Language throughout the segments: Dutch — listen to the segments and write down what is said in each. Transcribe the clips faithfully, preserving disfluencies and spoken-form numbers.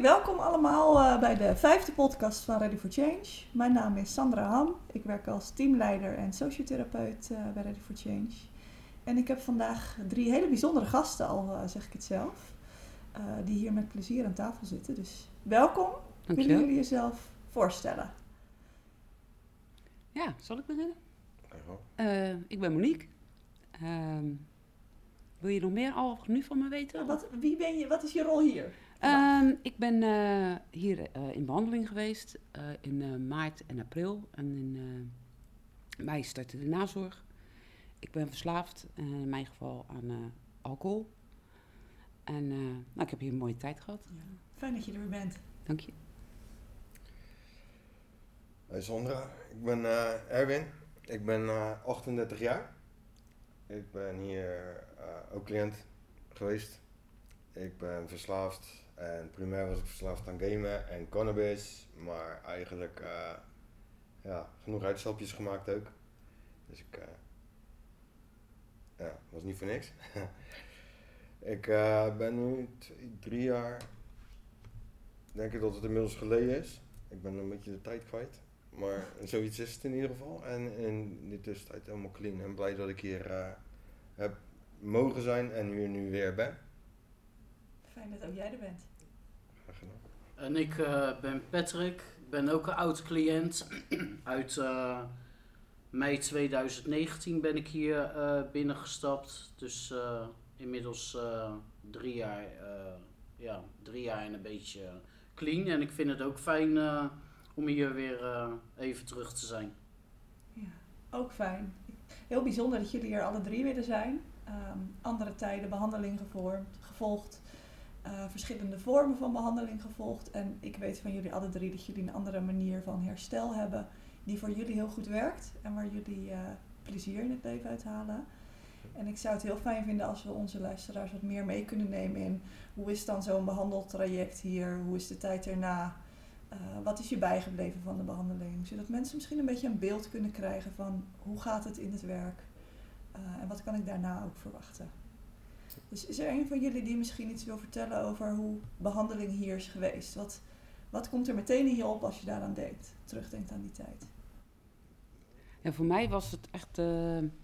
welkom allemaal uh, bij de vijfde podcast van Ready for Change. Mijn naam is Sandra Ham. Ik werk als teamleider en sociotherapeut uh, bij Ready for Change. En ik heb vandaag drie hele bijzondere gasten, al uh, zeg ik het zelf, uh, die hier met plezier aan tafel zitten. Dus welkom. Dank Willen je. jullie jezelf voorstellen? Ja, zal ik beginnen? Uh, ik ben Monique. Uh, wil je nog meer al nu van me weten? Ja, wat, wie ben je? Wat is je rol hier? Uh, ik ben uh, hier uh, in behandeling geweest uh, in uh, maart en april. En in uh, mei startte de nazorg. Ik ben verslaafd, uh, in mijn geval aan uh, alcohol. En uh, nou, ik heb hier een mooie tijd gehad. Ja, fijn dat je er weer bent. Dank je. Hey Sandra, ik ben uh, Erwin. Ik ben uh, achtendertig jaar. Ik ben hier uh, ook cliënt geweest. Ik ben verslaafd en primair was ik verslaafd aan gamen en cannabis. Maar eigenlijk uh, ja, genoeg uitstapjes gemaakt ook. Dus ik uh, ja, was niet voor niks. ik uh, ben nu twee, drie jaar, denk ik dat het inmiddels geleden is. Ik ben een beetje de tijd kwijt. Maar zoiets is het in ieder geval. En in de tussentijd helemaal clean. En blij dat ik hier uh, heb mogen zijn en hier nu weer ben. Fijn dat ook jij er bent. Graag gedaan. En ik uh, ben Patrick. Ik ben ook een oud cliënt. Uit uh, mei tweeduizend negentien ben ik hier uh, binnengestapt. Dus uh, inmiddels uh, drie jaar, uh, ja, drie jaar en een beetje clean. En ik vind het ook fijn uh, om hier weer uh, even terug te zijn. Ja, ook fijn. Heel bijzonder dat jullie er alle drie weer zijn. Um, andere tijden behandeling gevormd, gevolgd. Uh, verschillende vormen van behandeling gevolgd. En ik weet van jullie alle drie dat jullie een andere manier van herstel hebben. Die voor jullie heel goed werkt. En waar jullie uh, plezier in het leven uithalen. En ik zou het heel fijn vinden als we onze luisteraars wat meer mee kunnen nemen in hoe is dan zo'n behandeltraject hier? Hoe is de tijd erna? Uh, wat is je bijgebleven van de behandeling? Zodat mensen misschien een beetje een beeld kunnen krijgen van hoe gaat het in het werk? Uh, en wat kan ik daarna ook verwachten? Dus is er een van jullie die misschien iets wil vertellen over hoe behandeling hier is geweest? Wat, wat komt er meteen in je op als je daaraan denkt, terugdenkt aan die tijd? Ja, voor mij was het echt uh, uh,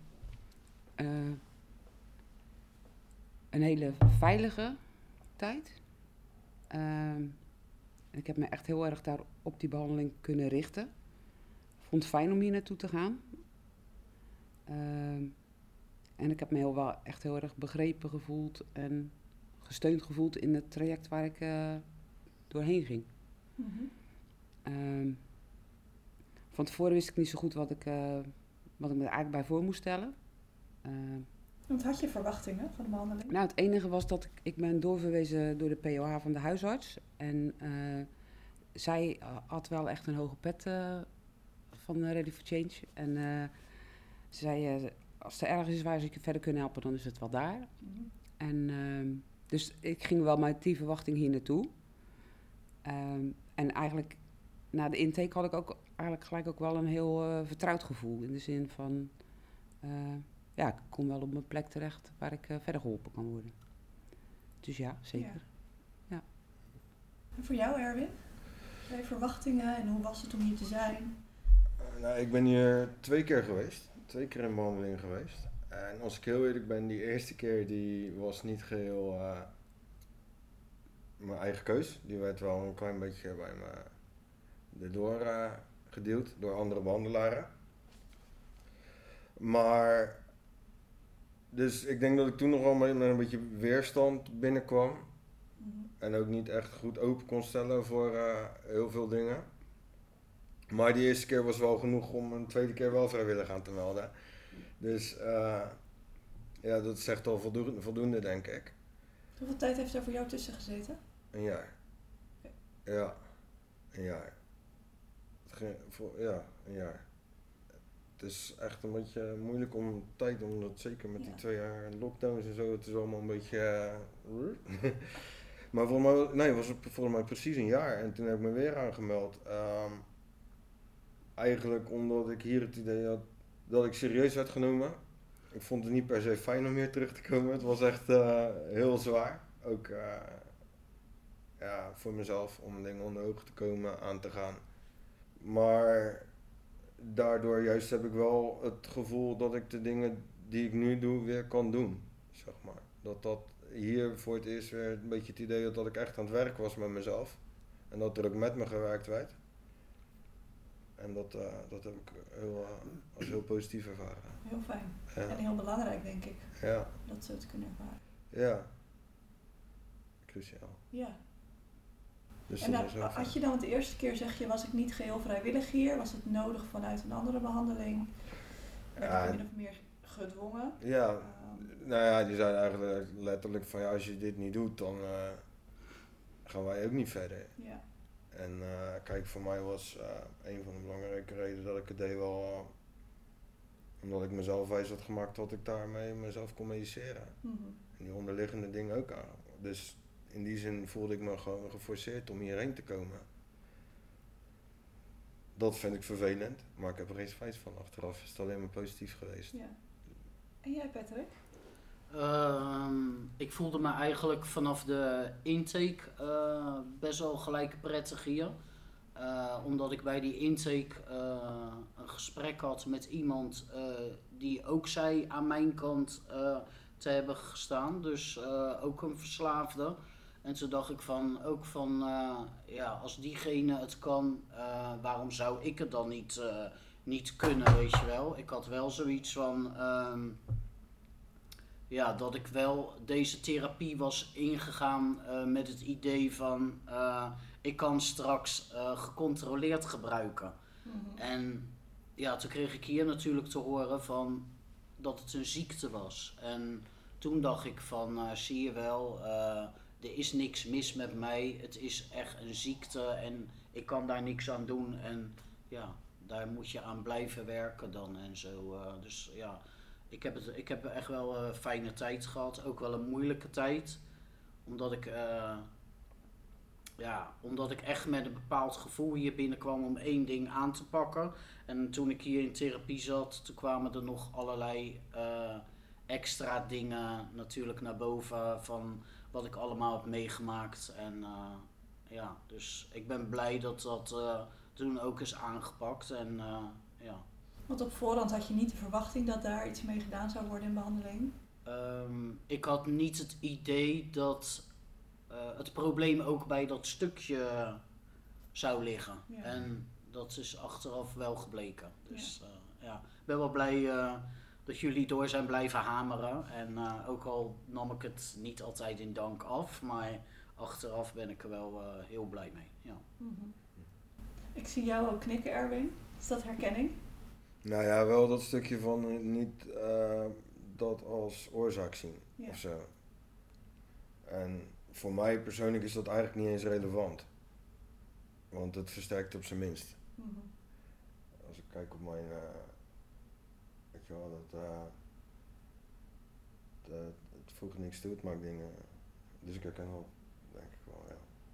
een hele veilige tijd. Uh, ik heb me echt heel erg daar op die behandeling kunnen richten. Ik vond het fijn om hier naartoe te gaan. Uh, En ik heb me heel wel echt heel erg begrepen gevoeld en gesteund gevoeld in het traject waar ik uh, doorheen ging. Mm-hmm. Um, van tevoren wist ik niet zo goed wat ik, uh, wat ik me er eigenlijk bij voor moest stellen. Uh, Want had je verwachtingen van de behandeling? Nou, het enige was dat ik, ik ben doorverwezen door de P O H van de huisarts. En uh, zij had wel echt een hoge pet uh, van uh, Ready for Change. En uh, zij... Uh, Als er ergens is waar ze je verder kunnen helpen, dan is het wel daar. Mm-hmm. En, uh, dus ik ging wel met die verwachting hier naartoe. Um, en eigenlijk, na de intake had ik ook eigenlijk gelijk ook wel een heel uh, vertrouwd gevoel. In de zin van, uh, ja, ik kom wel op mijn plek terecht waar ik uh, verder geholpen kan worden. Dus ja, zeker. Ja. Ja. En voor jou, Erwin? Heb je verwachtingen en hoe was het om hier te zijn? Uh, nou, ik ben hier twee keer geweest. Twee keer in behandeling geweest. En als ik heel eerlijk ben, die eerste keer die was niet geheel uh, mijn eigen keus. Die werd wel een klein beetje bij me erdoor uh, gedeeld door andere behandelaren. Maar, dus ik denk dat ik toen nog wel met een beetje weerstand binnenkwam. Mm-hmm. En ook niet echt goed open kon stellen voor uh, heel veel dingen. Maar die eerste keer was wel genoeg om een tweede keer wel vrijwillig aan te melden. Dus uh, ja, dat is echt al voldoende, voldoende, denk ik. Hoeveel tijd heeft er voor jou tussen gezeten? Een jaar. Okay. Ja, een jaar. Ja, een jaar. Het is echt een beetje moeilijk om tijd, omdat zeker met die ja. twee jaar lockdowns en zo, het is allemaal een beetje... Uh, maar volgens mij, nee, was het volgens mij precies een jaar en toen heb ik me weer aangemeld. Um, Eigenlijk omdat ik hier het idee had dat ik serieus werd genomen. Ik vond het niet per se fijn om hier terug te komen. Het was echt uh, heel zwaar. Ook uh, ja, voor mezelf om dingen onder ogen te komen, aan te gaan. Maar daardoor juist heb ik wel het gevoel dat ik de dingen die ik nu doe weer kan doen, zeg maar. Dat dat hier voor het eerst weer een beetje het idee had dat ik echt aan het werk was met mezelf. En dat er ook met me gewerkt werd. En dat, uh, dat heb ik heel, uh, als heel positief ervaren. Heel fijn. Ja. En heel belangrijk, denk ik. Ja. Dat zo te kunnen ervaren. Ja. Cruciaal. Ja. Dus En dat dan, was heel fijn. had je dan het eerste keer, zeg je, was ik niet geheel vrijwillig hier? Was het nodig vanuit een andere behandeling? Werd Ja, ik min of meer gedwongen? Ja, Um, nou ja, die zeiden eigenlijk letterlijk van ja, als je dit niet doet, dan uh, gaan wij ook niet verder. ja. En uh, kijk, voor mij was uh, een van de belangrijke redenen dat ik het deed wel, uh, omdat ik mezelf wijs had gemaakt dat ik daarmee mezelf kon mediceren. Mm-hmm. En die onderliggende dingen ook aan. Dus in die zin voelde ik me gewoon geforceerd om hierheen te komen. Dat vind ik vervelend, maar ik heb er geen spijt van. Achteraf is het alleen maar positief geweest. Ja. En jij, Patrick? Um, ik voelde me eigenlijk vanaf de intake uh, best wel gelijk prettig hier. Uh, omdat ik bij die intake uh, een gesprek had met iemand uh, die ook zei aan mijn kant uh, te hebben gestaan. Dus uh, ook een verslaafde. En toen dacht ik van, ook van, uh, ja, als diegene het kan, uh, waarom zou ik het dan niet, uh, niet kunnen, weet je wel. Ik had wel zoiets van... Um, Ja, dat ik wel deze therapie was ingegaan uh, met het idee van uh, ik kan straks uh, gecontroleerd gebruiken. Mm-hmm. En ja, toen kreeg ik hier natuurlijk te horen van dat het een ziekte was. En toen dacht ik van uh, zie je wel, uh, er is niks mis met mij. Het is echt een ziekte en ik kan daar niks aan doen. En ja, daar moet je aan blijven werken dan en zo. Uh, dus ja... Ik heb, het, ik heb echt wel een fijne tijd gehad, ook wel een moeilijke tijd. Omdat ik, uh, ja, omdat ik echt met een bepaald gevoel hier binnenkwam om één ding aan te pakken. En toen ik hier in therapie zat, toen kwamen er nog allerlei uh, extra dingen natuurlijk naar boven van wat ik allemaal heb meegemaakt. En uh, ja, dus ik ben blij dat dat uh, toen ook is aangepakt. En uh, ja... Want op voorhand had je niet de verwachting dat daar iets mee gedaan zou worden in behandeling? Um, ik had niet het idee dat uh, het probleem ook bij dat stukje zou liggen. Ja. En dat is achteraf wel gebleken. Dus ja, uh, ja. Ik ben wel blij uh, dat jullie door zijn blijven hameren. En uh, ook al nam ik het niet altijd in dank af, maar achteraf ben ik er wel uh, heel blij mee. Ja. Mm-hmm. Ik zie jou ook knikken, Erwin. Is dat herkenning? Nou ja, wel dat stukje van niet uh, dat als oorzaak zien, Ja. of zo. En voor mij persoonlijk is dat eigenlijk niet eens relevant. Want het versterkt op zijn minst. Mm-hmm. Als ik kijk op mijn, uh, weet je wel, dat, uh, dat het voegt niks toe, het maakt dingen, dus ik herken wel, denk ik wel, ja.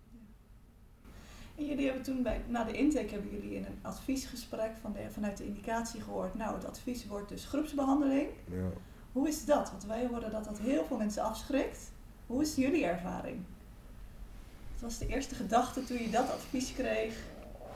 En jullie hebben toen bij, na de intake hebben jullie in een adviesgesprek van de, vanuit de indicatie gehoord, nou het advies wordt dus groepsbehandeling. Ja. Hoe is dat? Want wij horen dat dat heel veel mensen afschrikt. Hoe is jullie ervaring? Wat was de eerste gedachte toen je dat advies kreeg?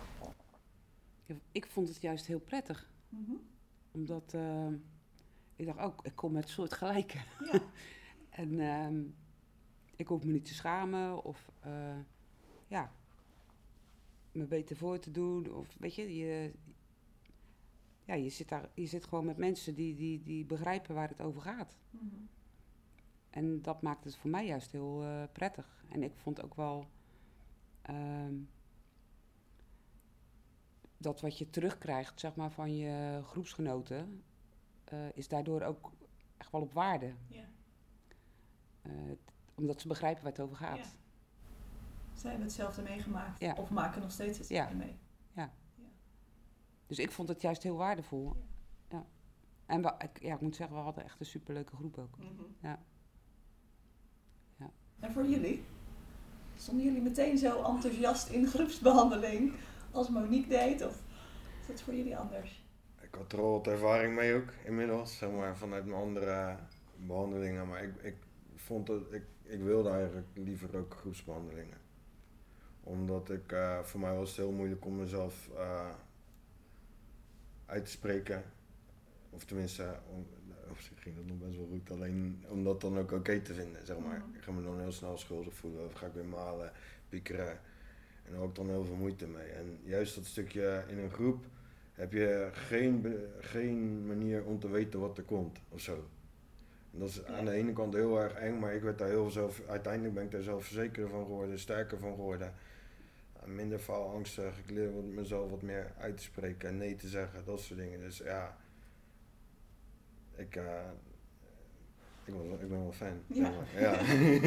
Ik vond het juist heel prettig. Mm-hmm. Omdat uh, ik dacht ook, ik kom met soortgelijke. Ja. En uh, ik hoef me niet te schamen of uh, ja, me beter voor te doen. Of weet je, je, ja, je, zit, daar, je zit gewoon met mensen die, die, die begrijpen waar het over gaat. Mm-hmm. En dat maakt het voor mij juist heel uh, prettig. En ik vond ook wel uh, dat wat je terugkrijgt, zeg maar, van je groepsgenoten, uh, is daardoor ook echt wel op waarde. Ja. Uh, t- omdat ze begrijpen waar het over gaat. Ja. Zij hebben hetzelfde meegemaakt. Ja. Of maken nog steeds hetzelfde Ja. mee. Dus ik vond het juist heel waardevol. Ja. Ja. En we, ik, ja, ik moet zeggen, we hadden echt een superleuke groep ook. Mm-hmm. Ja. Ja. En voor jullie? Stonden jullie meteen zo enthousiast in groepsbehandeling als Monique deed? Of is dat voor jullie anders? Ik had er al wat ervaring mee ook inmiddels, zeg maar, vanuit mijn andere behandelingen. Maar ik, ik vond het, ik, ik wilde eigenlijk liever ook groepsbehandelingen. Omdat ik, uh, voor mij was het heel moeilijk om mezelf uh, uit te spreken. Of tenminste, om, op zich ging dat nog best wel goed. Alleen om dat dan ook oké okay te vinden, zeg maar. Mm. Ik ga me dan heel snel schuldig voelen. Of ga ik weer malen, piekeren. En daar heb ik dan heel veel moeite mee. En juist dat stukje in een groep heb je geen, geen manier om te weten wat er komt of zo. En dat is aan de ene kant heel erg eng, maar ik werd daar heel zelf, uiteindelijk ben ik daar zelfverzekerder van geworden, sterker van geworden. Minder faalangstig, ik leer mezelf wat meer uit te spreken en nee te zeggen, dat soort dingen. Dus ja, ik, uh, ik, was, ik ben wel fan. Ja. Ja.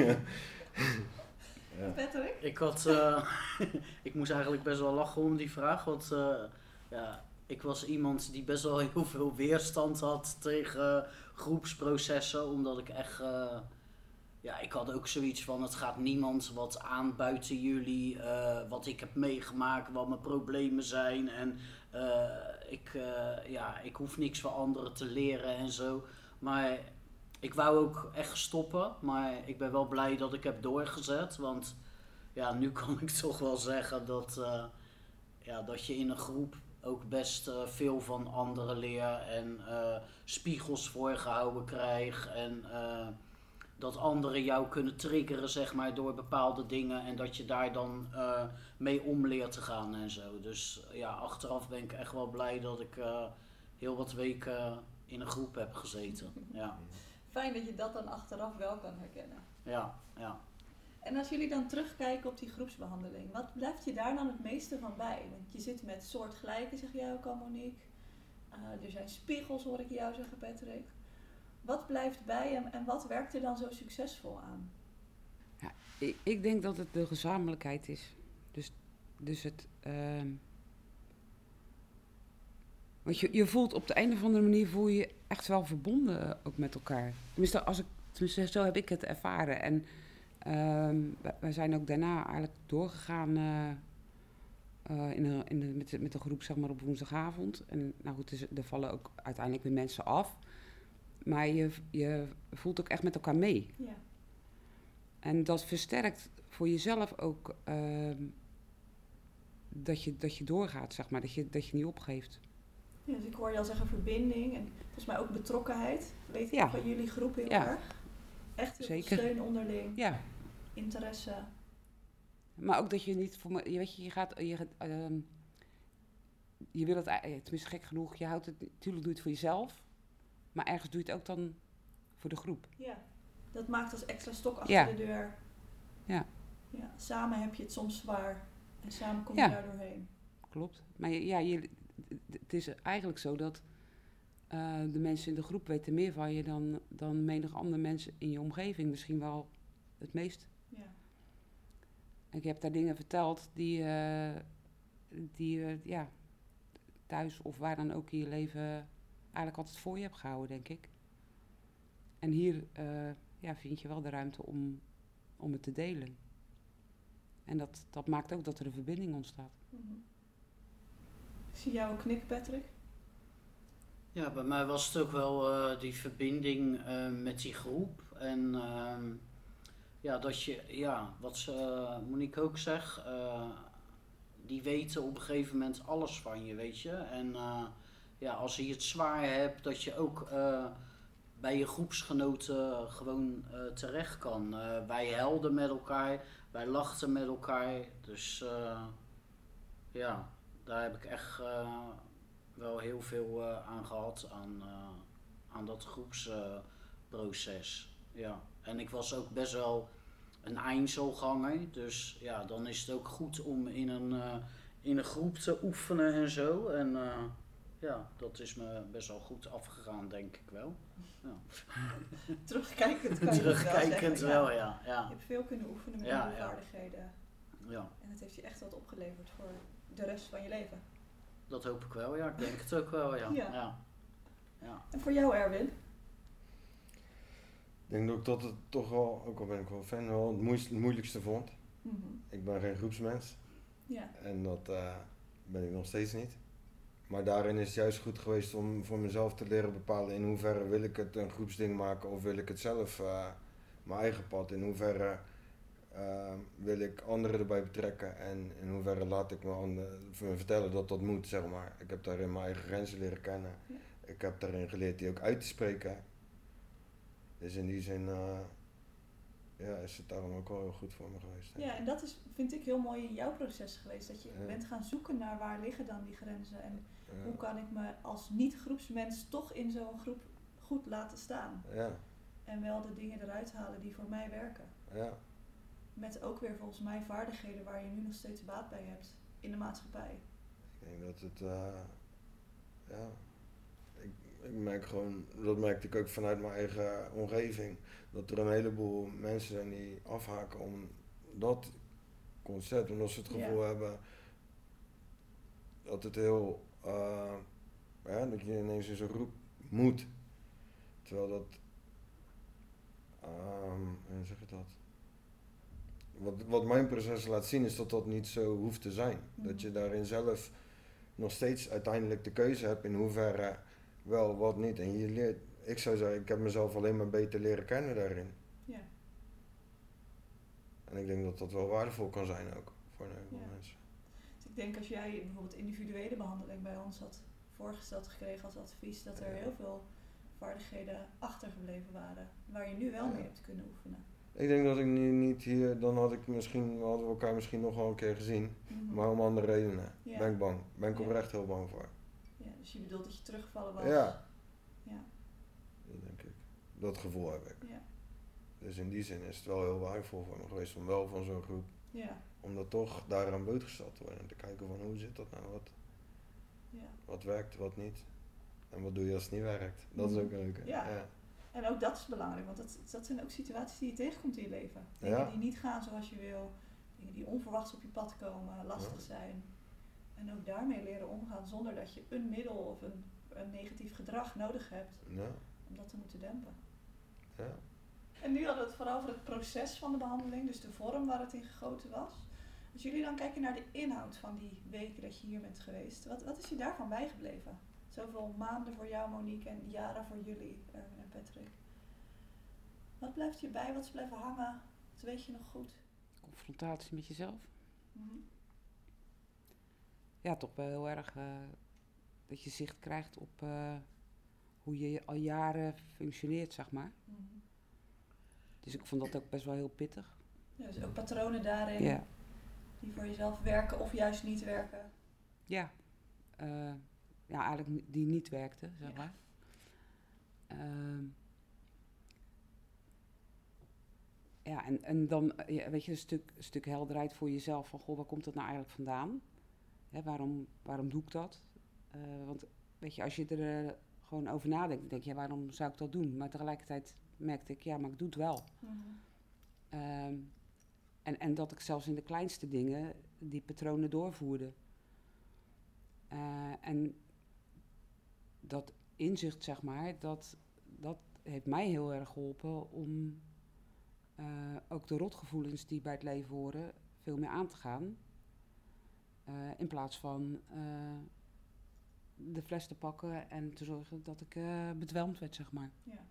Ja. Patrick? Ik had, uh, ik moest eigenlijk best wel lachen om die vraag, want uh, ja, ik was iemand die best wel heel veel weerstand had tegen uh, groepsprocessen, omdat ik echt, uh, ja, ik had ook zoiets van, het gaat niemand wat aan buiten jullie, uh, wat ik heb meegemaakt, wat mijn problemen zijn en uh, ik, uh, ja, ik hoef niks van anderen te leren en zo, maar ik wou ook echt stoppen, maar ik ben wel blij dat ik heb doorgezet, want ja, nu kan ik toch wel zeggen dat, uh, ja, dat je in een groep ook best uh, veel van anderen leert en uh, spiegels voorgehouden krijgt en uh, dat anderen jou kunnen triggeren, zeg maar, door bepaalde dingen en dat je daar dan uh, mee om leert te gaan en zo. Dus ja, achteraf ben ik echt wel blij dat ik uh, heel wat weken in een groep heb gezeten. Ja. Fijn dat je dat dan achteraf wel kan herkennen. Ja, ja. En als jullie dan terugkijken op die groepsbehandeling, wat blijft je daar dan het meeste van bij? Want je zit met soortgelijken, zeg jij ook al, Monique. Uh, er zijn spiegels, hoor ik jou zeggen, Patrick. Wat blijft bij en, en wat werkt er dan zo succesvol aan? Ja, ik, ik denk dat het de gezamenlijkheid is. Dus, dus het... Uh, want je, je voelt op de een of andere manier voel je, je echt wel verbonden ook met elkaar. Tenminste, als ik, tenminste zo heb ik het ervaren. En uh, wij, wij zijn ook daarna eigenlijk doorgegaan uh, uh, in de, in de, met, de, met de groep, zeg maar, op woensdagavond. En nou goed, dus, er vallen ook uiteindelijk weer mensen af. Maar je, je voelt ook echt met elkaar mee. Ja. En dat versterkt voor jezelf ook uh, dat, je, dat je doorgaat, zeg maar. Dat je, dat je niet opgeeft. Ja, dus ik hoor je al zeggen verbinding en volgens mij ook betrokkenheid. Weet ik ja. van jullie groep heel ja. erg. Echt heel Zeker. veel steun onderling. Ja. Interesse. Maar ook dat je niet voor me, je weet je, je gaat, je, gaat, uh, je wil het, tenminste gek genoeg, je houdt het, natuurlijk doe je het voor jezelf, maar ergens doe je het ook dan voor de groep. Ja, dat maakt als extra stok achter ja. de deur. Ja. Ja. Samen heb je het soms zwaar en samen kom je ja. daar doorheen. Klopt. Maar ja, je, het is eigenlijk zo dat uh, de mensen in de groep weten meer van je dan, dan menig andere mensen in je omgeving. Misschien wel het meest. Ja. Ik heb daar dingen verteld die, uh, die uh, ja, thuis of waar dan ook in je leven eigenlijk altijd voor je hebt gehouden, denk ik. En hier uh, ja, vind je wel de ruimte om, om het te delen. En dat, dat maakt ook dat er een verbinding ontstaat. Mm-hmm. Ik zie jou knikken, Patrick. Ja, bij mij was het ook wel uh, die verbinding uh, met die groep. En uh, ja, dat je, ja, wat ze, uh, Monique ook zegt, uh, die weten op een gegeven moment alles van je, weet je. En uh, ja, als je het zwaar hebt, dat je ook uh, bij je groepsgenoten gewoon uh, terecht kan. Uh, wij helden met elkaar, wij lachten met elkaar. Dus uh, ja, daar heb ik echt uh, wel heel veel uh, aan gehad, aan, uh, aan dat groepsproces. Uh, ja. En ik was ook best wel een Einzelganger, dus ja, dan is het ook goed om in een, uh, in een groep te oefenen en zo. En uh, ja, dat is me best wel goed afgegaan, denk ik wel. Ja. Terugkijkend kan je Terugkijkend wel, wel, ja. ja, ja. Je hebt veel kunnen oefenen met ja, nieuwe ja. vaardigheden. Ja. En het heeft je echt wat opgeleverd voor de rest van je leven. Dat hoop ik wel, ja. Ik denk het ook wel, ja. Ja. Ja. Ja. En voor jou, Erwin? Ik denk ook dat het toch wel, ook al ben ik wel fan, wel het moe- moeilijkste vond. Mm-hmm. Ik ben geen groepsmens. Ja. En dat uh, ben ik nog steeds niet. Maar daarin is het juist goed geweest om voor mezelf te leren bepalen in hoeverre wil ik het een groepsding maken of wil ik het zelf, uh, mijn eigen pad. In hoeverre uh, wil ik anderen erbij betrekken en in hoeverre laat ik me ander, vertellen dat dat moet, zeg maar. Ik heb daarin mijn eigen grenzen leren kennen. Ja. Ik heb daarin geleerd die ook uit te spreken. Dus in die zin uh, ja, is het daarom ook wel heel goed voor me geweest. Ja, en dat is, vind ik heel mooi in jouw proces geweest. Dat je Ja. bent gaan zoeken naar waar liggen dan die grenzen. En Ja. hoe kan ik me als niet-groepsmens toch in zo'n groep goed laten staan. Ja, En wel de dingen eruit halen die voor mij werken. ja, Met ook weer volgens mij vaardigheden waar je nu nog steeds baat bij hebt in de maatschappij. ik denk dat het, uh, ja, ik, ik merk gewoon, dat merkte ik ook vanuit mijn eigen omgeving, dat er een heleboel mensen zijn die afhaken om dat concept, omdat ze het gevoel Ja. hebben dat het heel, uh, ja, dat je ineens in zo'n groep moet. Terwijl dat, um, hoe zeg je dat? Wat, wat mijn proces laat zien is dat dat niet zo hoeft te zijn. Mhm. Dat je daarin zelf nog steeds uiteindelijk de keuze hebt in hoeverre wel, wat niet. En je leert, ik zou zeggen, ik heb mezelf alleen maar beter leren kennen daarin. Ja. En ik denk dat dat wel waardevol kan zijn ook voor een heleboel Ja. mensen. Dus ik denk als jij bijvoorbeeld individuele behandeling bij ons had voorgesteld gekregen als advies, dat er Ja. heel veel vaardigheden achtergebleven waren, waar je nu wel Ja. mee hebt kunnen oefenen. Ik denk dat ik nu niet hier, dan had ik misschien, hadden we elkaar misschien nog wel een keer gezien. Mhm. Maar om andere redenen. Ja. Ben ik bang. Ben ik Ja. oprecht heel bang voor. Ja, dus je bedoelt dat je teruggevallen was? Ja. Ja. Dat denk ik. Dat gevoel heb ik. Ja. Dus in die zin is het wel heel waardevol voor me geweest om wel van zo'n groep, Ja. om dat toch daaraan blootgesteld te worden. En te kijken van hoe zit dat nou, wat, Ja. wat werkt, wat niet. En wat doe je als het niet werkt. Dat is Mhm. ook een leuke. Ja. Ja. En ook dat is belangrijk, want dat, dat zijn ook situaties die je tegenkomt in je leven. Dingen Ja. die niet gaan zoals je wil, dingen die onverwachts op je pad komen, lastig Ja. zijn. En ook daarmee leren omgaan zonder dat je een middel of een, een negatief gedrag nodig hebt Ja. om dat te moeten dempen. Ja. En nu hadden we het vooral over het proces van de behandeling, dus de vorm waar het in gegoten was. Als jullie dan kijken naar de inhoud van die weken dat je hier bent geweest, wat, wat is je daarvan bijgebleven? Zoveel maanden voor jou, Monique, en jaren voor jullie, Erwin en Patrick. Wat blijft je bij? Wat is blijven hangen? Dat weet je nog goed. Confrontatie met jezelf. Mhm. Ja, toch wel heel erg uh, dat je zicht krijgt op uh, hoe je al jaren functioneert, zeg maar. Mhm. Dus ik vond dat ook best wel heel pittig. Ja, dus ook patronen daarin Ja, die voor jezelf werken of juist niet werken. ja. Uh, ja, eigenlijk ni- die niet werkte, zeg Ja. maar. Ehm, ja, en, en dan, uh, ja, weet je, een stuk, een stuk helderheid voor jezelf van, goh, waar komt dat nou eigenlijk vandaan? Hè, waarom, waarom doe ik dat? Uh, want, weet je, als je er uh, gewoon over nadenkt, denk je, ja, waarom zou ik dat doen? Maar tegelijkertijd merkte ik, ja, maar ik doe het wel. Mhm. Um, en, en dat ik zelfs in de kleinste dingen die patronen doorvoerde. Uh, en dat inzicht, zeg maar, dat, dat heeft mij heel erg geholpen om uh, ook de rotgevoelens die bij het leven horen veel meer aan te gaan. Uh, in plaats van uh, de fles te pakken en te zorgen dat ik uh, bedwelmd werd, zeg maar. Ja.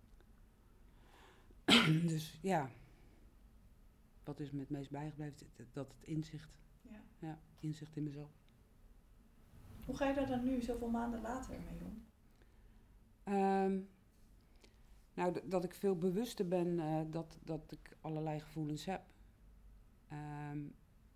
Dus ja, wat is me het meest bijgebleven? Dat het inzicht. Ja. Ja, inzicht in mezelf. Hoe ga je daar dan nu, zoveel maanden later, mee om? Um, nou, d- dat ik veel bewuster ben uh, dat, dat ik allerlei gevoelens heb. Um,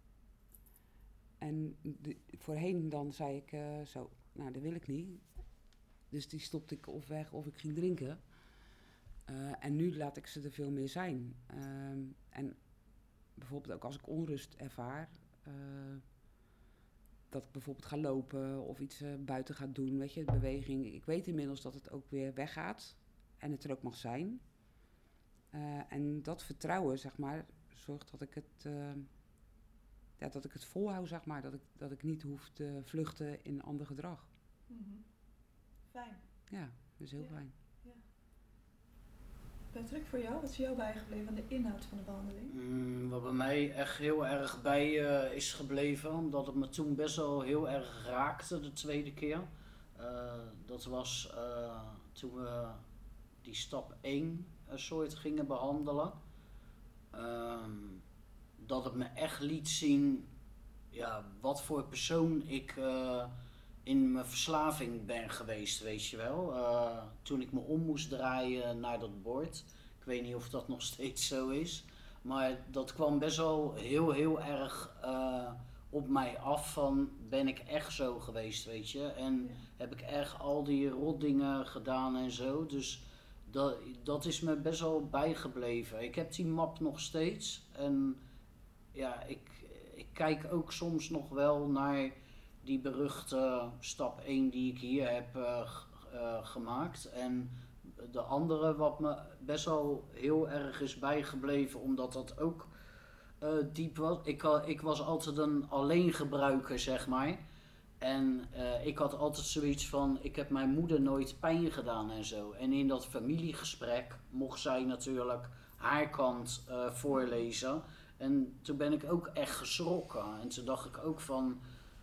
en de, voorheen dan zei ik uh, zo, nou dat wil ik niet. Dus die stopte ik of weg of ik ging drinken. Uh, en nu laat ik ze er veel meer zijn. Um, en bijvoorbeeld ook als ik onrust ervaar, uh, dat ik bijvoorbeeld ga lopen of iets uh, buiten ga doen, weet je, beweging. Ik weet inmiddels dat het ook weer weggaat en het er ook mag zijn. Uh, en dat vertrouwen, zeg maar, zorgt dat ik het, uh, ja, dat ik het volhoud, zeg maar. Dat ik, dat ik niet hoef te vluchten in ander gedrag. Mm-hmm. Fijn. Ja, dat is heel Ja. fijn. Ja. Patrick, voor jou, wat is jou bijgebleven aan de inhoud van de behandeling? Mm, wat bij mij echt heel erg bij uh, is gebleven, omdat het me toen best wel heel erg raakte de tweede keer. Uh, dat was uh, toen we die stap één uh, soort gingen behandelen. Um, dat het me echt liet zien ja, wat voor persoon ik uh, in mijn verslaving ben geweest, weet je wel. Uh, toen ik me om moest draaien naar dat bord. Ik weet niet of dat nog steeds zo is. Maar dat kwam best wel heel, heel erg uh, op mij af van, ben ik echt zo geweest, weet je. En ja. heb ik echt al die rotdingen gedaan en zo. Dus dat, dat is me best wel bijgebleven. Ik heb die map nog steeds. En ja, ik, ik kijk ook soms nog wel naar die beruchte stap één die ik hier heb uh, uh, gemaakt. En de andere wat me best wel heel erg is bijgebleven, omdat dat ook uh, diep was. Ik, uh, ik was altijd een alleengebruiker, zeg maar. En uh, ik had altijd zoiets van, ik heb mijn moeder nooit pijn gedaan en zo. En in dat familiegesprek mocht zij natuurlijk haar kant uh, voorlezen. En toen ben ik ook echt geschrokken. En toen dacht ik ook van,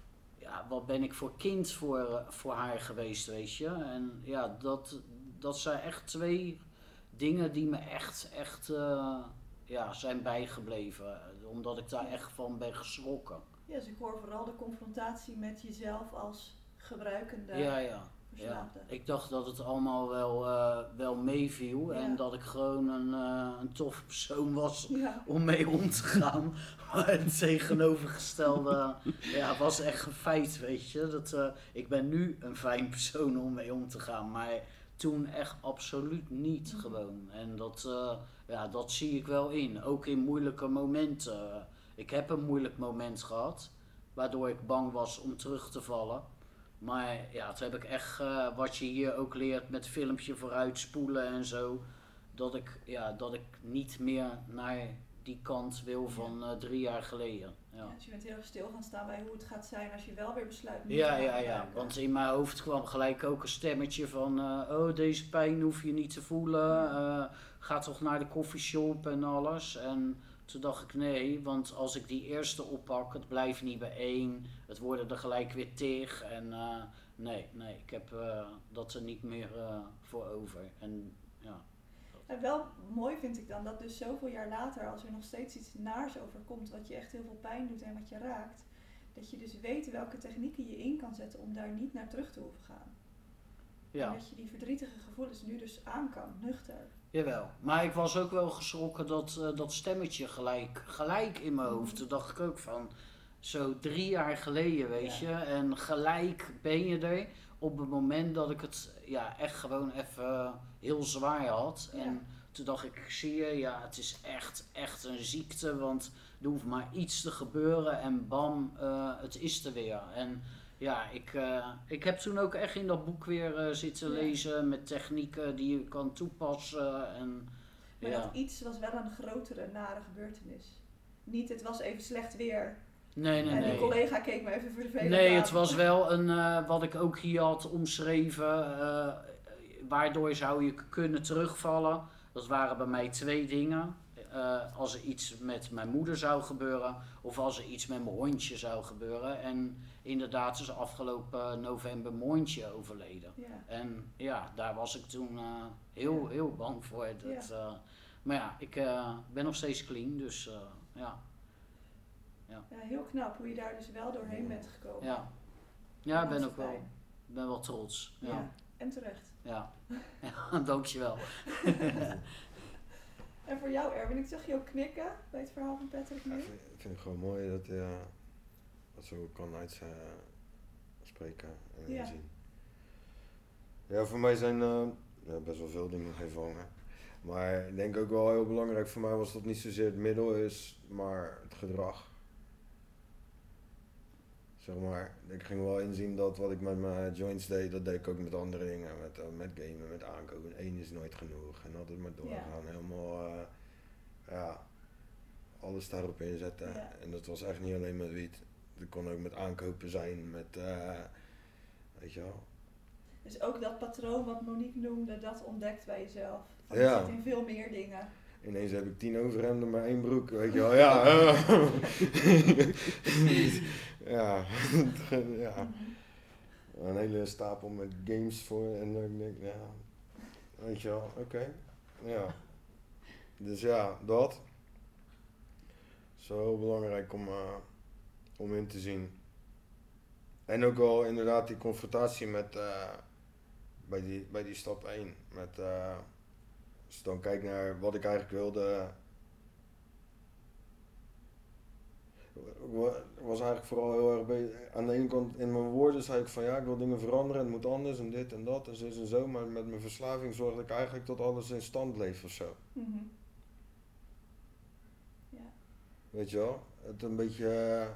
ja, wat ben ik voor kind voor, uh, voor haar geweest, weet je. En ja, dat, dat zijn echt twee dingen die me echt, echt uh, ja, zijn bijgebleven. Omdat ik daar echt van ben geschrokken. Ja, dus ik hoor vooral de confrontatie met jezelf als gebruikende ja, ja, verslaafde. Ja. Ik dacht dat het allemaal wel, uh, wel meeviel ja. en dat ik gewoon een, uh, een toffe persoon was ja. om mee om te gaan. Maar het tegenovergestelde ja, was echt een feit, weet je. Dat, uh, ik ben nu een fijn persoon om mee om te gaan, maar toen echt absoluut niet mm. gewoon. En dat, uh, ja, dat zie ik wel in, ook in moeilijke momenten. Ik heb een moeilijk moment gehad, waardoor ik bang was om terug te vallen. Maar ja, toen heb ik echt, uh, wat je hier ook leert met filmpje vooruitspoelen en zo, dat ik, ja, dat ik niet meer naar die kant wil van uh, drie jaar geleden. Ja. Ja, dus je bent heel stil gaan staan bij hoe het gaat zijn als je wel weer besluit niet ja, te ja, ja, want in mijn hoofd kwam gelijk ook een stemmetje van, uh, oh, deze pijn hoef je niet te voelen, uh, ga toch naar de koffieshop en alles. En toen dacht ik nee, want als ik die eerste oppak, het blijft niet bij één, het worden er gelijk weer tig. En uh, nee, nee, ik heb uh, dat er niet meer uh, voor over. En, ja. En wel mooi vind ik dan dat dus zoveel jaar later, als er nog steeds iets naars overkomt, wat je echt heel veel pijn doet en wat je raakt, dat je dus weet welke technieken je in kan zetten om daar niet naar terug te hoeven gaan. Ja. En dat je die verdrietige gevoelens nu dus aan kan, nuchter. Jawel, maar ik was ook wel geschrokken dat uh, dat stemmetje gelijk, gelijk in mijn hoofd. Toen dacht ik ook van, zo drie jaar geleden, weet ja. je. En gelijk ben je er op het moment dat ik het ja, echt gewoon even heel zwaar had. Ja. En toen dacht ik, zie je, ja, het is echt, echt een ziekte. Want er hoeft maar iets te gebeuren en bam, uh, het is er weer. En ja, ik, uh, ik heb toen ook echt in dat boek weer uh, zitten ja. lezen met technieken die je kan toepassen. En, maar ja. dat iets was wel een grotere, nare gebeurtenis. Niet, het was even slecht weer. Nee, nee, en nee. die collega keek me even vervelend Nee, aan. het was wel een, uh, wat ik ook hier had omschreven, uh, waardoor zou je kunnen terugvallen. Dat waren bij mij twee dingen. Uh, als er iets met mijn moeder zou gebeuren of als er iets met mijn hondje zou gebeuren. En inderdaad is afgelopen november mijn hondje overleden. Ja. En ja, daar was ik toen uh, heel, ja. heel bang voor. Dat, ja. Uh, maar ja, ik uh, ben nog steeds clean, dus uh, ja. Ja. Ja, heel knap hoe je daar dus wel doorheen bent gekomen. Ja, ja ik ben ook wel, ben wel trots. Ja. Ja, en terecht. Ja, ja dankjewel. En voor jou, Erwin, ik zag je ook knikken bij het verhaal van Patrick nu. Ja, ik vind het gewoon mooi dat hij uh, dat zo kan uitspreken uh, en ja. zien. Ja, voor mij zijn uh, ja, best wel veel dingen gegeven hangen. Maar ik denk ook wel heel belangrijk voor mij was dat niet zozeer het middel is, maar het gedrag. Zeg maar, ik ging wel inzien dat wat ik met mijn joints deed, dat deed ik ook met andere dingen. Met, uh, met gamen, met aankopen. Eén is nooit genoeg. En altijd maar doorgaan. Ja. Helemaal, uh, ja, alles daarop inzetten. Ja. En dat was echt niet alleen met wiet. Dat kon ook met aankopen zijn, met, uh, weet je wel. Dus ook dat patroon wat Monique noemde, dat ontdekt bij jezelf. Van ja. Het zit in veel meer dingen. Ineens heb ik tien overhemden, maar één broek, weet je wel. Ja, ja. ja. Een hele stapel met games voor en dan denk ik, ja, weet je wel, oké. Okay. Ja. Dus ja, dat. is wel heel belangrijk om, uh, om in te zien. En ook wel inderdaad die confrontatie met, uh, bij, die, bij die stap één. Met, uh, als je dan kijkt naar wat ik eigenlijk wilde. Ik was eigenlijk vooral heel erg bezig. Aan de ene kant in mijn woorden zei ik van ja, ik wil dingen veranderen, het moet anders en dit en dat en zo en zo. Maar met mijn verslaving zorgde ik eigenlijk dat alles in stand bleef of zo. Mm-hmm. Ja. Weet je wel? Het een beetje uh,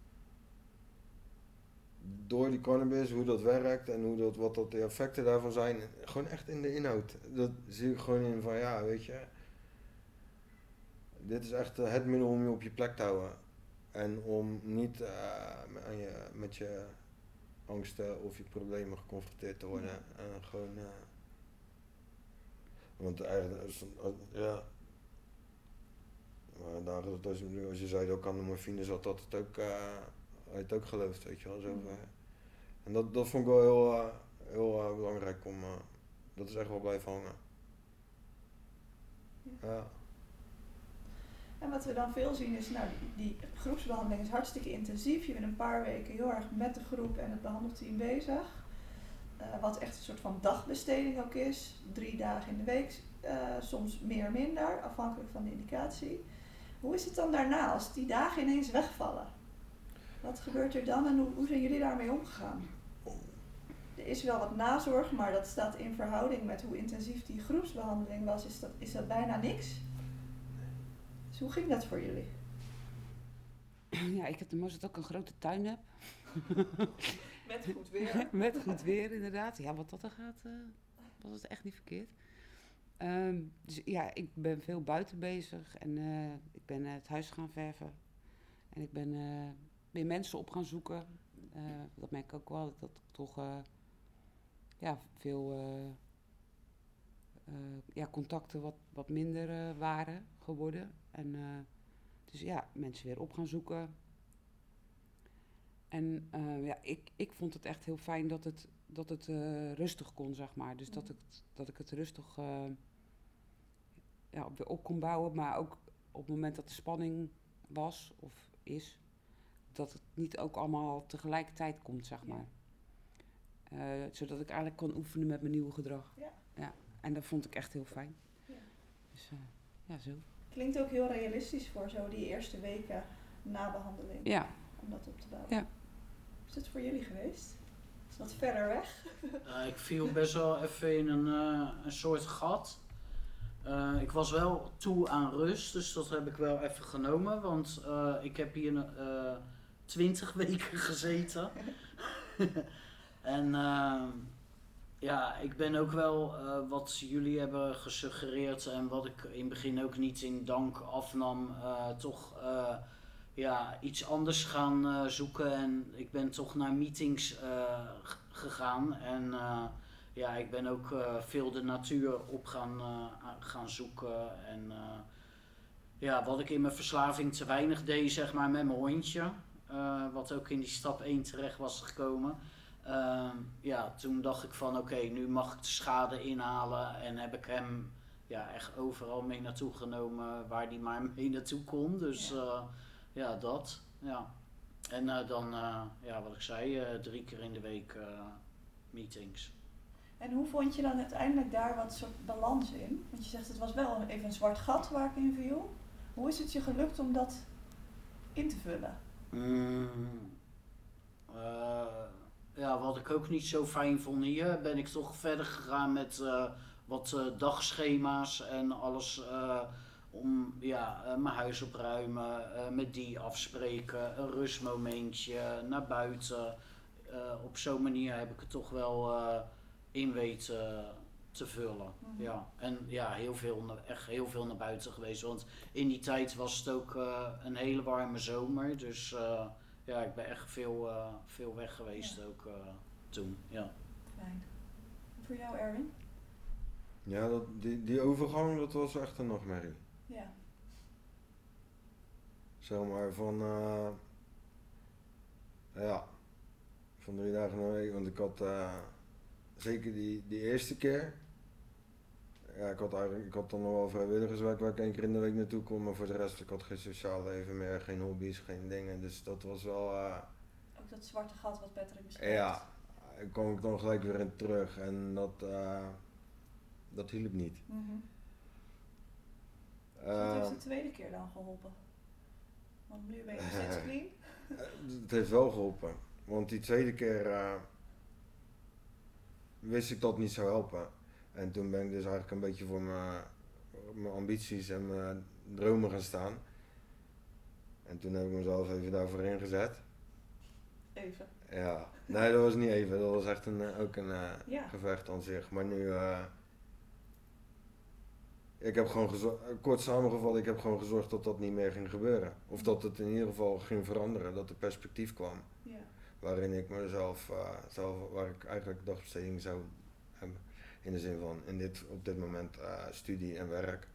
door die cannabis, hoe dat werkt en hoe dat, wat dat de effecten daarvan zijn. Gewoon echt in de inhoud. Dat zie ik gewoon in van ja, weet je. Dit is echt uh, het middel om je op je plek te houden. En om niet uh, aan je, met je angsten of je problemen geconfronteerd te worden. Ja. En gewoon, uh, want eigenlijk, ja. Maar daar, als, als je zei ook aan de morfine zat, dat het ook, uh, hij het ook gelooft, weet je wel. Zo, uh, en dat, dat vond ik wel heel, uh, heel uh, belangrijk om, uh, dat is echt wel blijven hangen. Ja. Ja. En wat we dan veel zien is, nou, die, die groepsbehandeling is hartstikke intensief. Je bent een paar weken heel erg met de groep en het behandelteam bezig. Uh, wat echt een soort van dagbesteding ook is. Drie dagen in de week, uh, soms meer minder, afhankelijk van de indicatie. Hoe is het dan daarna, als die dagen ineens wegvallen? Wat gebeurt er dan en hoe, hoe zijn jullie daarmee omgegaan? Er is wel wat nazorg, maar dat staat in verhouding met hoe intensief die groepsbehandeling was, is dat, is dat bijna niks. Dus hoe ging dat voor jullie? Ja, ik heb de mazzel dat ik een grote tuin heb. Met goed weer. Met goed weer, inderdaad. Ja, wat dat er gaat, uh, was het echt niet verkeerd. Um, dus ja, ik ben veel buiten bezig en uh, ik ben uh, het huis gaan verven. En ik ben uh, weer mensen op gaan zoeken. Uh, dat merk ik ook wel, dat ik toch uh, ja, veel uh, uh, ja, contacten wat, wat minder uh, waren geworden. En uh, dus ja, mensen weer op gaan zoeken. En uh, ja, ik, ik vond het echt heel fijn dat het, dat het uh, rustig kon, zeg maar. Dus dat ik, dat ik het rustig uh, ja, weer op kon bouwen. Maar ook op het moment dat de spanning was of is, dat het niet ook allemaal tegelijkertijd komt, zeg maar. Uh, zodat ik eigenlijk kon oefenen met mijn nieuwe gedrag. Ja. Ja, en dat vond ik echt heel fijn. Ja. Dus uh, ja, zo. Klinkt ook heel realistisch voor zo die eerste weken na behandeling. Ja. Om dat op te bouwen. Ja. Is dat voor jullie geweest? Is dat verder weg? Uh, ik viel best wel even in een, uh, een soort gat. Uh, ik was wel toe aan rust, dus dat heb ik wel even genomen. Want uh, ik heb hier uh, twintig weken gezeten. En uh, ja, ik ben ook wel uh, wat jullie hebben gesuggereerd en wat ik in het begin ook niet in dank afnam, uh, toch uh, ja, iets anders gaan uh, zoeken. En ik ben toch naar meetings uh, g- gegaan en uh, ja, ik ben ook uh, veel de natuur op gaan, uh, gaan zoeken. En uh, ja, wat ik in mijn verslaving te weinig deed, zeg maar, met mijn hondje, uh, wat ook in die stap één terecht was gekomen. Uh, ja, toen dacht ik van oké, okay, nu mag ik de schade inhalen en heb ik hem ja, echt overal mee naartoe genomen waar hij maar mee naartoe kon. Dus ja, uh, ja dat. Ja. En uh, dan, uh, ja, wat ik zei, uh, drie keer in de week uh, meetings. En hoe vond je dan uiteindelijk daar wat soort balans in? Want je zegt het was wel even een zwart gat waar ik in viel. Hoe is het je gelukt om dat in te vullen? Mm, uh, Ja, wat ik ook niet zo fijn vond hier, ben ik toch verder gegaan met uh, wat uh, dagschema's en alles uh, om ja, uh, mijn huis opruimen, uh, met die afspreken, een rustmomentje, naar buiten. Uh, op zo'n manier heb ik het toch wel uh, in weten te vullen. Mm-hmm. Ja. En ja, heel veel, echt heel veel naar buiten geweest, want in die tijd was het ook uh, een hele warme zomer, dus... Uh, Ja, ik ben echt veel, uh, veel weg geweest ja. ook uh, toen, ja. Fijn. Voor jou, Erwin? Ja, dat, die, die overgang, dat was echt een nachtmerrie. Ja. Zeg maar van, uh, ja, van drie dagen naar week, want ik had uh, zeker die, die eerste keer, ja, ik had eigenlijk, ik had dan nog wel vrijwilligerswerk waar ik één keer in de week naartoe kon, maar voor de rest, ik had geen sociaal leven meer, geen hobby's, geen dingen, dus dat was wel... Uh, Ook dat zwarte gat wat Patrick beschrijft. ja, daar kwam ik dan gelijk weer in terug en dat, uh, dat hielp niet. Mm-hmm. Uh, wat heeft de tweede keer dan geholpen? Want nu ben je nog steeds clean. Het heeft wel geholpen, want die tweede keer uh, wist ik dat het niet zou helpen. En toen ben ik dus eigenlijk een beetje voor mijn, mijn ambities en mijn dromen gaan staan. En toen heb ik mezelf even daarvoor ingezet. Even. Ja, nee, dat was niet even, dat was echt een, ook een uh, ja. gevecht aan zich. Maar nu, uh, ik heb gewoon gezorgd, kort samengevat, ik heb gewoon gezorgd dat dat niet meer ging gebeuren. Of dat het in ieder geval ging veranderen, dat er perspectief kwam. Ja. Waarin ik mezelf, uh, zelf, waar ik eigenlijk dagbesteding zou hebben. In de zin van, in dit, op dit moment uh, studie en werk.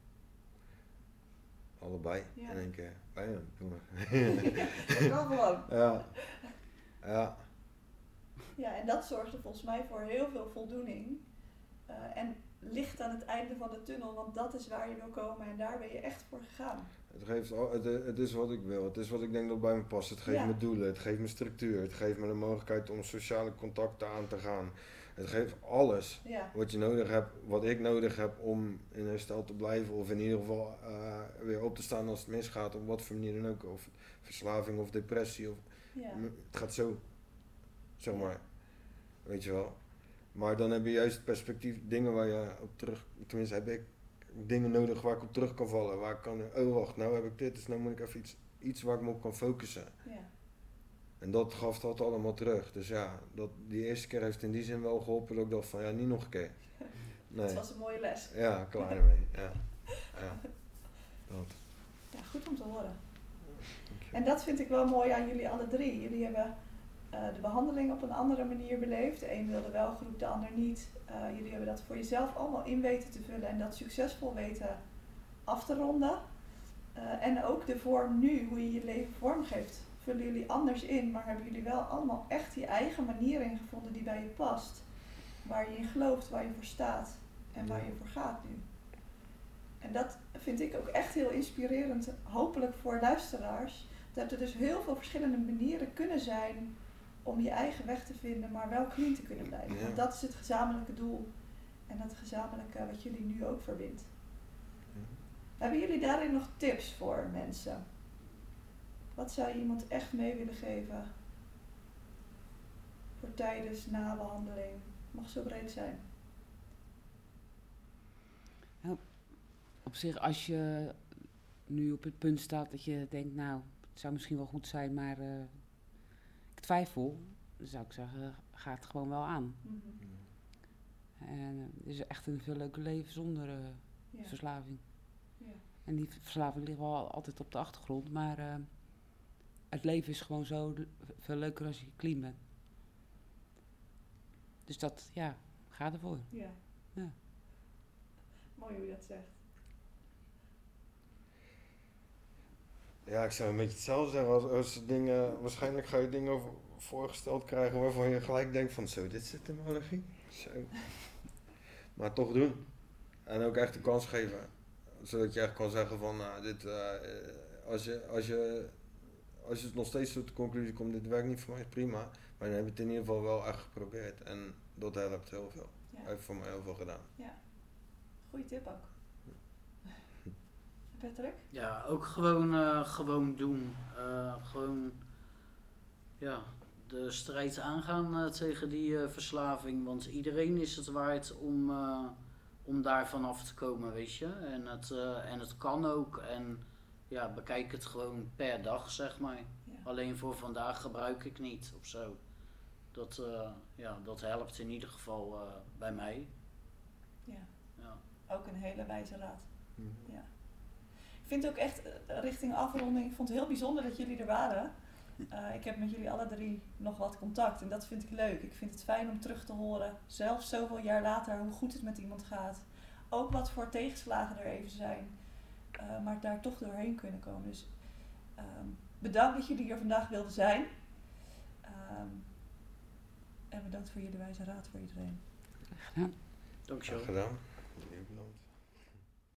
Allebei ja. in één keer. Bijna. Dat kan gewoon. Ja. Ja. Ja, en dat zorgde volgens mij voor heel veel voldoening. Uh, en licht aan het einde van de tunnel, want dat is waar je wil komen en daar ben je echt voor gegaan. Het, geeft, het, het is wat ik wil, het is wat ik denk dat bij me past. Het geeft ja. me doelen, het geeft me structuur, het geeft me de mogelijkheid om sociale contacten aan te gaan. Het geeft alles ja. wat je nodig hebt, wat ik nodig heb om in herstel te blijven of in ieder geval uh, weer op te staan als het misgaat, op wat voor manier dan ook. Of verslaving of depressie. Of, ja. Het gaat zo, zeg maar, weet je wel. Maar dan heb je juist perspectief, dingen waar je op terug, tenminste heb ik dingen nodig waar ik op terug kan vallen. Waar ik kan, oh wacht, nou heb ik dit, dus nou moet ik even iets, iets waar ik me op kan focussen. Ja. En dat gaf dat allemaal terug. Dus ja, dat, die eerste keer heeft in die zin wel geholpen dat ik dacht van ja, niet nog een keer. Nee. Het was een mooie les. Ja, klaar ermee. Ja. Ja. Dat. Ja, goed om te horen. En dat vind ik wel mooi aan jullie alle drie. Jullie hebben uh, de behandeling op een andere manier beleefd. De een wilde wel groep, de ander niet. Uh, jullie hebben dat voor jezelf allemaal in weten te vullen en dat succesvol weten af te ronden. Uh, en ook de vorm nu, hoe je je leven vormgeeft, vullen jullie anders in, maar hebben jullie wel allemaal echt je eigen manier in gevonden die bij je past. Waar je in gelooft, waar je voor staat en waar je voor gaat nu. En dat vind ik ook echt heel inspirerend, hopelijk voor luisteraars. Dat er dus heel veel verschillende manieren kunnen zijn om je eigen weg te vinden, maar wel clean te kunnen blijven. Ja. Want dat is het gezamenlijke doel en dat gezamenlijke wat jullie nu ook verbindt. Ja. Hebben jullie daarin nog tips voor mensen? Wat zou je iemand echt mee willen geven? Voor tijdens, na behandeling. Mag zo breed zijn. Nou, op zich, als je nu op het punt staat dat je denkt, nou, het zou misschien wel goed zijn, maar uh, ik twijfel, dan zou ik zeggen, ga het gewoon wel aan. Mm-hmm. En uh, het is echt een veel leuker leven zonder uh, Ja. verslaving. Ja. En die verslaving ligt wel altijd op de achtergrond, maar uh, het leven is gewoon zo veel leuker als je clean bent. Dus dat, ja, ga ervoor. Ja. Ja. Mooi hoe je dat zegt. Ja, ik zou een beetje hetzelfde zeggen als, als dingen, waarschijnlijk ga je dingen over, voorgesteld krijgen waarvan je gelijk denkt van zo, dit zit in mijn allergie. Zo. Maar toch doen. En ook echt een kans geven. Zodat je echt kan zeggen van, nou, dit, uh, als, je, als, je, als je het nog steeds tot de conclusie komt, dit werkt niet voor mij, is prima. Maar dan heb je het in ieder geval wel echt geprobeerd. En dat helpt heel veel. Ja. Heeft voor mij heel veel gedaan. Ja. Goeie tip ook. Patrick? Ja, ook gewoon, uh, gewoon doen. Uh, gewoon, ja, de strijd aangaan uh, tegen die uh, verslaving. Want iedereen is het waard om, uh, om daar vanaf te komen, weet je. En het, uh, en het kan ook. En ja, bekijk het gewoon per dag, zeg maar. Ja. Alleen voor vandaag gebruik ik niet of zo. Dat, uh, ja, dat helpt in ieder geval uh, bij mij. Ja. Ja. Ook een hele wijze raad. Mm. Ja. Ik vind het ook echt uh, richting afronding, ik vond het heel bijzonder dat jullie er waren. Uh, ik heb met jullie alle drie nog wat contact en dat vind ik leuk. Ik vind het fijn om terug te horen, zelfs zoveel jaar later, hoe goed het met iemand gaat. Ook wat voor tegenslagen er even zijn, uh, maar daar toch doorheen kunnen komen. Dus um, bedankt dat jullie hier vandaag wilden zijn. Um, en bedankt voor jullie wijze raad voor iedereen. Ja. Dankjewel. Gedaan.